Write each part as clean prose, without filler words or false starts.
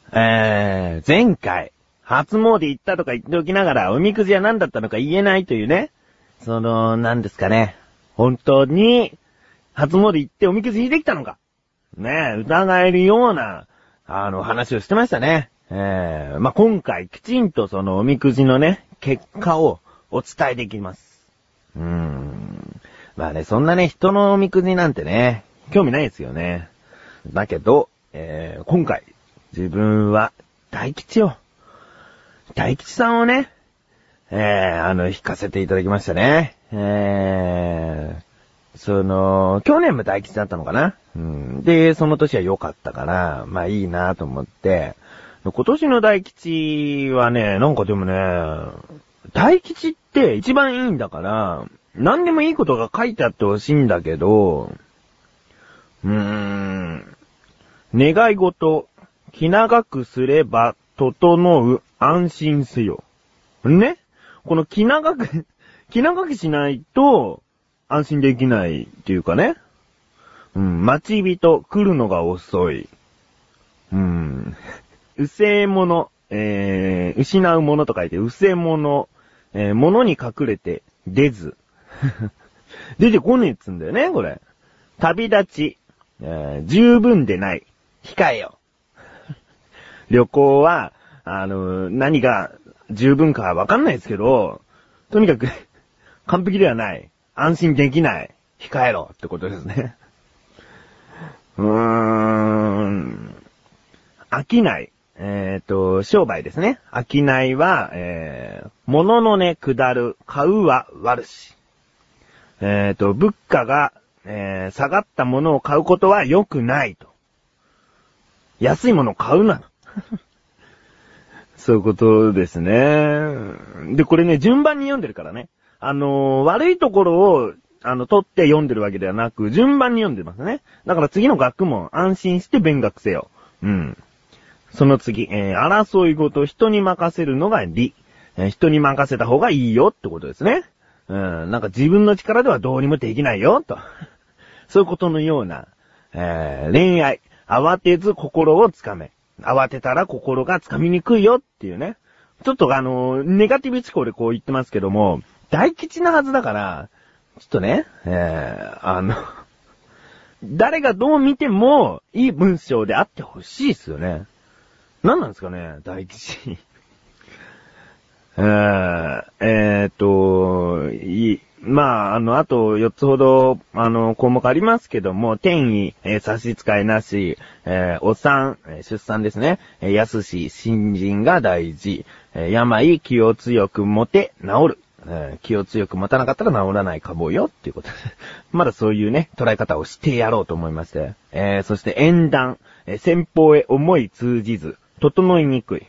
前回、初詣行ったとか言っておきながら、おみくじは何だったのか言えないというね。何ですかね。本当に、初詣行っておみくじ引いてきたのか。ねえ、疑えるような、話をしてましたね。今回きちんとおみくじのね、結果をお伝えできます。そんなね、人のおみくじなんてね、興味ないですよね。だけど、今回、自分は大吉を、大吉さんをね、引かせていただきましたね。去年も大吉だったのかな。で、その年は良かったから、いいなと思って、今年の大吉はね、なんかでもね、大吉って一番いいんだから、何でもいいことが書いてあってほしいんだけど、願い事、気長くすれば、整う、安心せよ。ね？この気長くしないと、安心できないっていうかね。待ち人、来るのが遅い。うせえもの、失うものと書いて、うせもの、ものに隠れて、出ず。出てこねえっつんだよね、これ。旅立ち、十分でない。控えよ。旅行は、何が十分かわかんないですけど、とにかく、完璧ではない。安心できない。控えろってことですね。飽きない。商売ですね。飽きないは、物の値下る、買うは悪し。物価が、下がったものを買うことは良くないと。安いものを買うな。そういうことですね。で、これね、順番に読んでるからね。悪いところを、取って読んでるわけではなく、順番に読んでますね。だから次の学問、安心して勉学せよ。その次、争いごと人に任せるのが利。人に任せた方がいいよってことですね。なんか自分の力ではどうにもできないよ、と。そういうことのような、恋愛。慌てず心をつかめ。慌てたら心がつかみにくいよっていうね。ちょっとネガティブ思考でこう言ってますけども、大吉なはずだから、ちょっとね、誰がどう見てもいい文章であってほしいですよね。何なんですかね、大吉。あと4つほど、項目ありますけども、転移、差し支えなし、お産、出産ですね、安し、新人が大事、病、気を強く持て、治る。気を強く持たなかったら治らないかもよっていうことでまだそういうね捉え方をしてやろうと思いまして、そして縁談、先方へ思い通じず整いにくい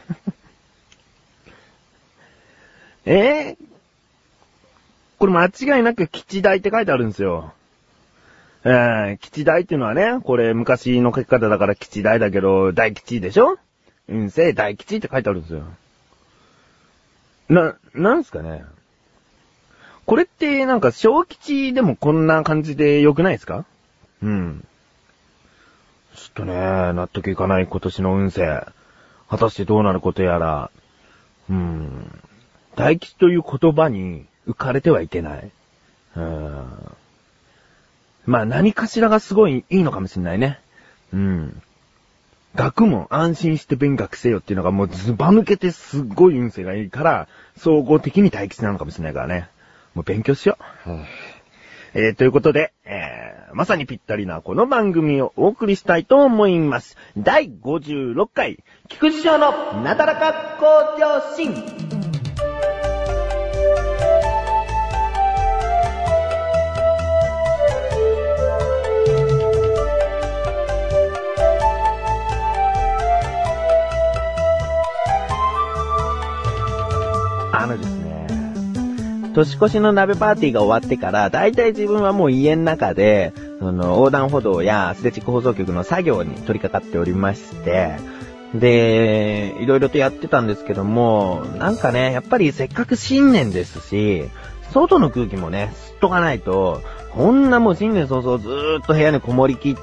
これ間違いなく吉大って書いてあるんですよ。吉大っていうのはね、これ昔の書き方だから吉大だけど大吉でしょ。運勢大吉って書いてあるんですよ。なんすかね。これってなんか小吉でもこんな感じで良くないですか？ちょっとね、納得いかない今年の運勢。果たしてどうなることやら。大吉という言葉に浮かれてはいけない。何かしらがすごいいいのかもしれないね。学問安心して勉学せよっていうのがもうズバ抜けてすっごい運勢がいいから、総合的に大吉なのかもしれないからね。もう勉強しよう。ということで、まさにぴったりなこの番組をお送りしたいと思います。第56回、菊池城のなだらか向上心。ですね、年越しの鍋パーティーが終わってから、だいたい自分はもう家の中で、横断歩道やアスレチック放送局の作業に取り掛かっておりまして、で、いろいろとやってたんですけども、なんかね、やっぱりせっかく新年ですし、 外の空気もね、吸っとかないと、こんなもう新年早々ずーっと部屋にこもりきって、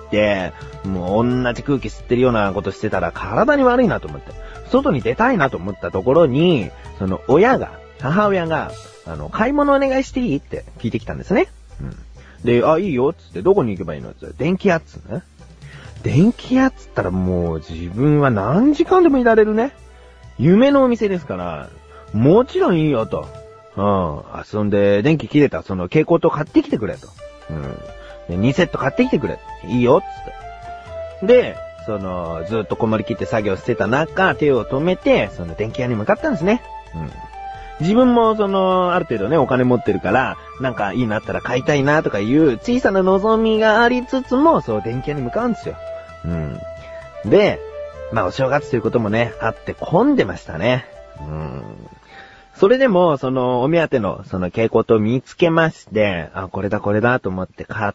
もう同じ空気吸ってるようなことしてたら体に悪いなと思って、外に出たいなと思ったところに、母親が、買い物お願いしていいって聞いてきたんですね。で、いいよ、つって、どこに行けばいいのって言ったら、電気屋っつね。電気屋っつったらもう自分は何時間でもいられるね。夢のお店ですから、もちろんいいよと。遊んで、電気切れたその蛍光灯買ってきてくれと。で、2セット買ってきてくれ。いいよ、つって。で、ずっとこもりきって作業してた中、手を止めて、電気屋に向かったんですね。自分もある程度ね、お金持ってるから、なんかいいなったら買いたいなとかいう小さな望みがありつつも、電気屋に向かうんですよ。で、お正月ということもね、あって混んでましたね。それでも、お目当ての、蛍光灯を見つけまして、これだと思って買って、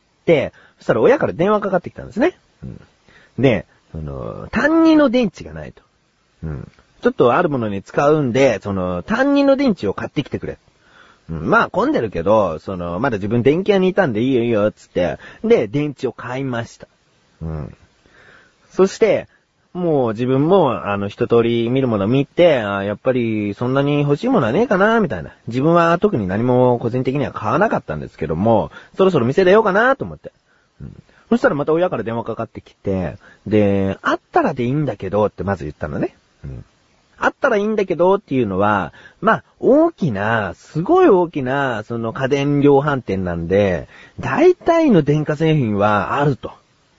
そしたら親から電話かかってきたんですね。で、単二の電池がないと。ちょっとあるものに使うんで、単二の電池を買ってきてくれ。混んでるけど、まだ自分電気屋にいたんでいいよ、つって。で、電池を買いました。そして、もう自分も、一通り見るもの見て、やっぱりそんなに欲しいものはねえかな、みたいな。自分は特に何も個人的には買わなかったんですけども、そろそろ店出ようかなと思って。そしたらまた親から電話かかってきて、で、あったらでいいんだけどってまず言ったのね。あったらいいんだけどっていうのは、すごい大きな、家電量販店なんで、大体の電化製品はあると。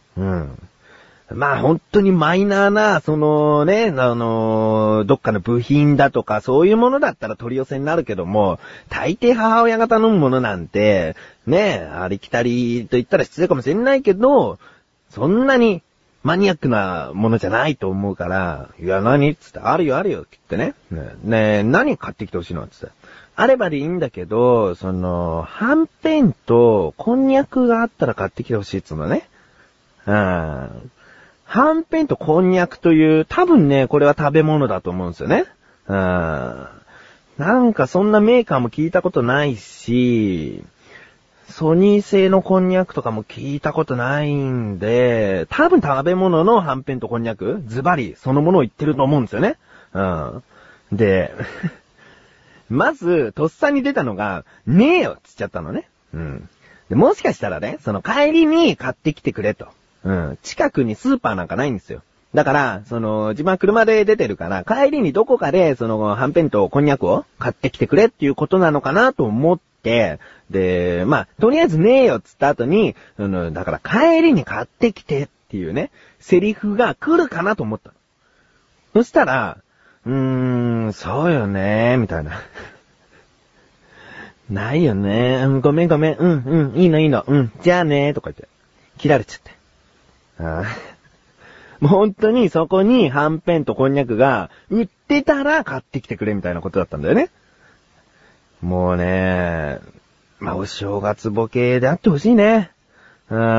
本当にマイナーな、どっかの部品だとか、そういうものだったら取り寄せになるけども、大抵母親が頼むものなんて、ありきたりと言ったら失礼かもしれないけど、そんなにマニアックなものじゃないと思うから、いや何つって、あるよって言ってね。何買ってきてほしいのつって。あればでいいんだけど、はんぺんとこんにゃくがあったら買ってきてほしいっつうのね。はんぺんとこんにゃくという、多分ね、これは食べ物だと思うんですよね。なんかそんなメーカーも聞いたことないし、ソニー製のこんにゃくとかも聞いたことないんで、多分食べ物のはんぺんとこんにゃく、ズバリそのものを言ってると思うんですよね。で、まず、とっさに出たのが、ねえよっつっちゃったのね。で、もしかしたらね、帰りに買ってきてくれと。近くにスーパーなんかないんですよ。だから、自分は車で出てるから、帰りにどこかで、はんぺんとこんにゃくを買ってきてくれっていうことなのかなと思って、で、とりあえずねえよっつった後に、だから帰りに買ってきてっていうね、セリフが来るかなと思った。そしたら、そうよねみたいな。ないよねごめん、いいの、じゃあねとか言って、切られちゃって。もう本当にそこにはんぺんとこんにゃくが売ってたら買ってきてくれみたいなことだったんだよね。もうね、お正月ボケであってほしいね。いや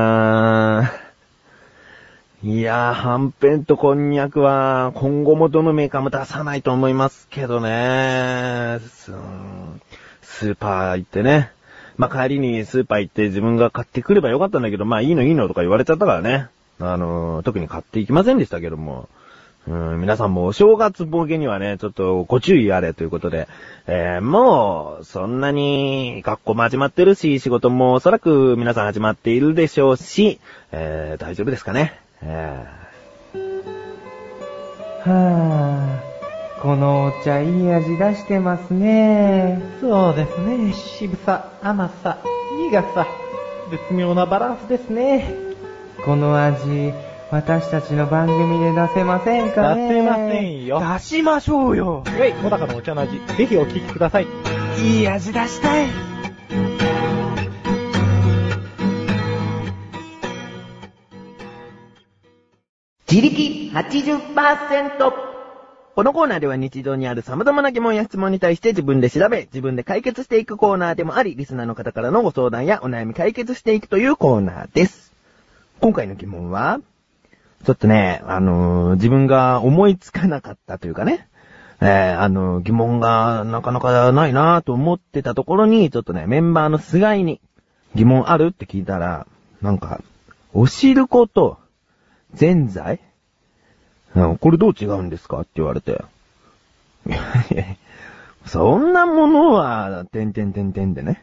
ー、はんぺんとこんにゃくは今後もどのメーカーも出さないと思いますけどね。スーパー行ってね。帰りにスーパー行って自分が買ってくればよかったんだけど、いいのとか言われちゃったからね。特に買っていきませんでしたけども。皆さんもお正月ボケにはね、ちょっとご注意あれということで、もう、そんなに学校も始まってるし、仕事もおそらく皆さん始まっているでしょうし、大丈夫ですかね。 このお茶いい味出してますね。 そうですね。渋さ、甘さ、苦さ、絶妙なバランスですね。 この味、私たちの番組で出せませんかね。 出せませんよ。 出しましょうよ。 小高のお茶の味、ぜひお聞きください。 いい味出したい。 自力 80%。このコーナーでは日常にある様々な疑問や質問に対して自分で調べ、自分で解決していくコーナーでもあり、リスナーの方からのご相談やお悩み解決していくというコーナーです。今回の疑問は、ちょっとね、自分が思いつかなかったというかね、 疑問がなかなかないなと思ってたところに、ちょっとね、メンバーの菅井に疑問あるって聞いたら、なんか、おしることぜんざい、これどう違うんですかって言われて。そんなものは、でね。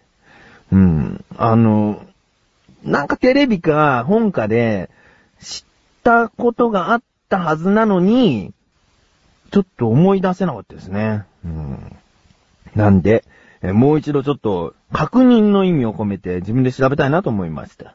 なんかテレビか本かで知ったことがあったはずなのに、ちょっと思い出せなかったですね。なんで、もう一度ちょっと確認の意味を込めて自分で調べたいなと思いました。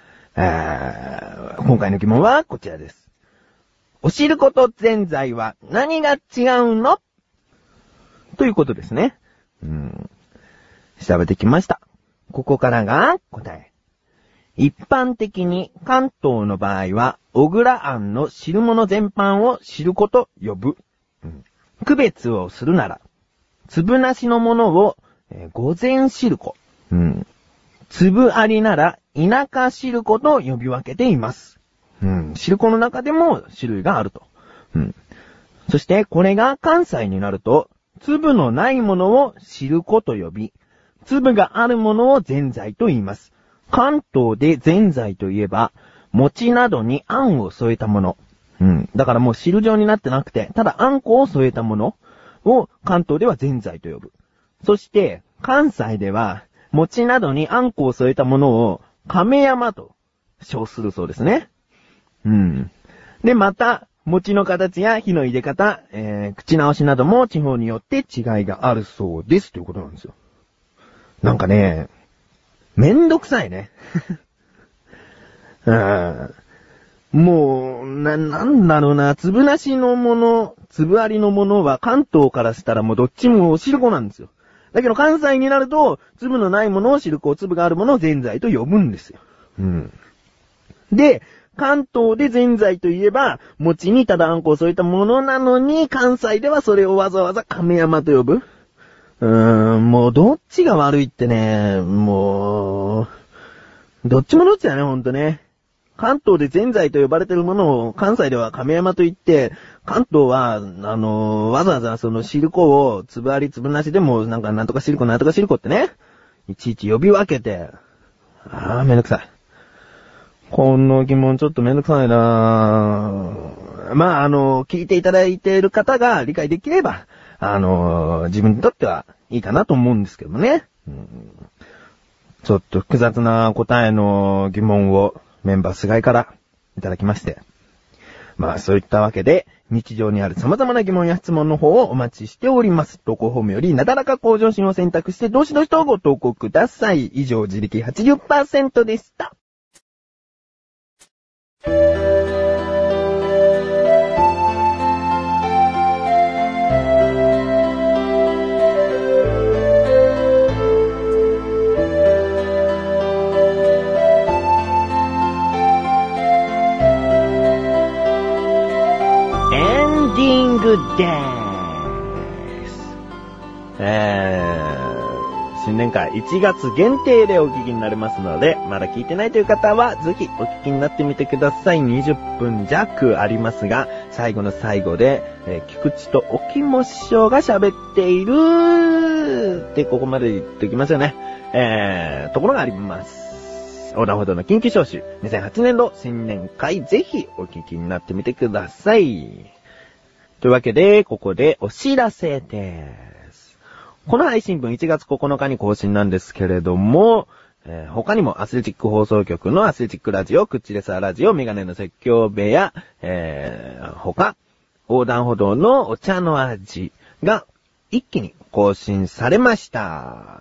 今回の疑問はこちらです。おしることぜんざいは何が違うの？ということですね。調べてきました。ここからが答え。一般的に関東の場合は、小倉あんの汁物全般を汁粉と呼ぶ。区別をするなら、粒なしのものを、御前汁粉。粒ありなら、田舎汁粉と呼び分けています。汁粉の中でも種類があると。そして、これが関西になると、粒のないものを汁粉と呼び、粒があるものをぜんざいと言います。関東でぜんざいといえば、餅などにあんを添えたもの。だからもう汁状になってなくて、ただあんこを添えたものを関東ではぜんざいと呼ぶ。そして、関西では、餅などにあんこを添えたものを亀山と称するそうですね。で、また、餅の形や火の入れ方、口直しなども地方によって違いがあるそうですということなんですよ。なんかね、めんどくさいね。もう、なんだろうな、粒なしのもの、粒ありのものは関東からしたらもうどっちもお汁粉なんですよ。だけど関西になると、粒のないものを汁粉、粒があるものをぜんざいと呼ぶんですよ。で、関東でぜんざいといえば、餅にただあんこを添えたものなのに、関西ではそれをわざわざ亀山と呼ぶ。もうどっちが悪いってね、もう、どっちもどっちだね、ほんとね。関東でぜんざいと呼ばれてるものを関西では亀山と言って、関東は、わざわざその汁粉を粒あり粒なしでもなんとか汁粉なんとか汁粉ってね、いちいち呼び分けて、めんどくさい。この疑問ちょっとめんどくさいなぁ。聞いていただいている方が理解できれば、自分にとってはいいかなと思うんですけどね。ちょっと複雑な答えの疑問をメンバー菅井からいただきまして。そういったわけで、日常にある様々な疑問や質問の方をお待ちしております。投稿フォームよりなだらか向上心を選択して、どしどしとご投稿ください。以上、自力 80% でした。でーす。新年会1月限定でお聞きになれますので、まだ聞いてないという方はぜひお聞きになってみてください。20分弱ありますが、最後の最後で、菊池とおきも師匠が喋っているってここまで言っておきますよね。ところがあります。横断歩道の緊急招集2008年度新年会ぜひお聞きになってみてください。というわけで、ここでお知らせです。この配信分1月9日に更新なんですけれども、他にもアスレチック放送局のアスレチックラジオ、クッチレサーラジオ、メガネの説教部屋、他、横断歩道のお茶の味が一気に更新されました。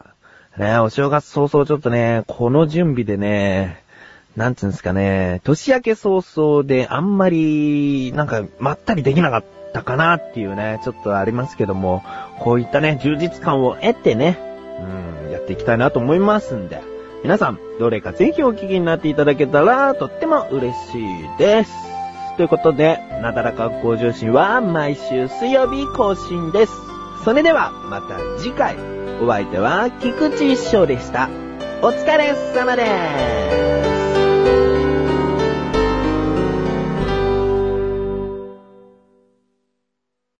お正月早々ちょっとね、この準備でね、なんつうんですかね、年明け早々であんまり、まったりできなかったかなっていうね、ちょっとありますけども、こういったね、充実感を得てね、やっていきたいなと思いますんで、皆さん、どれかぜひお聞きになっていただけたら、とっても嬉しいです。ということで、なだらか向上心は毎週水曜日更新です。それでは、また次回、お相手は菊池師匠でした。お疲れ様です。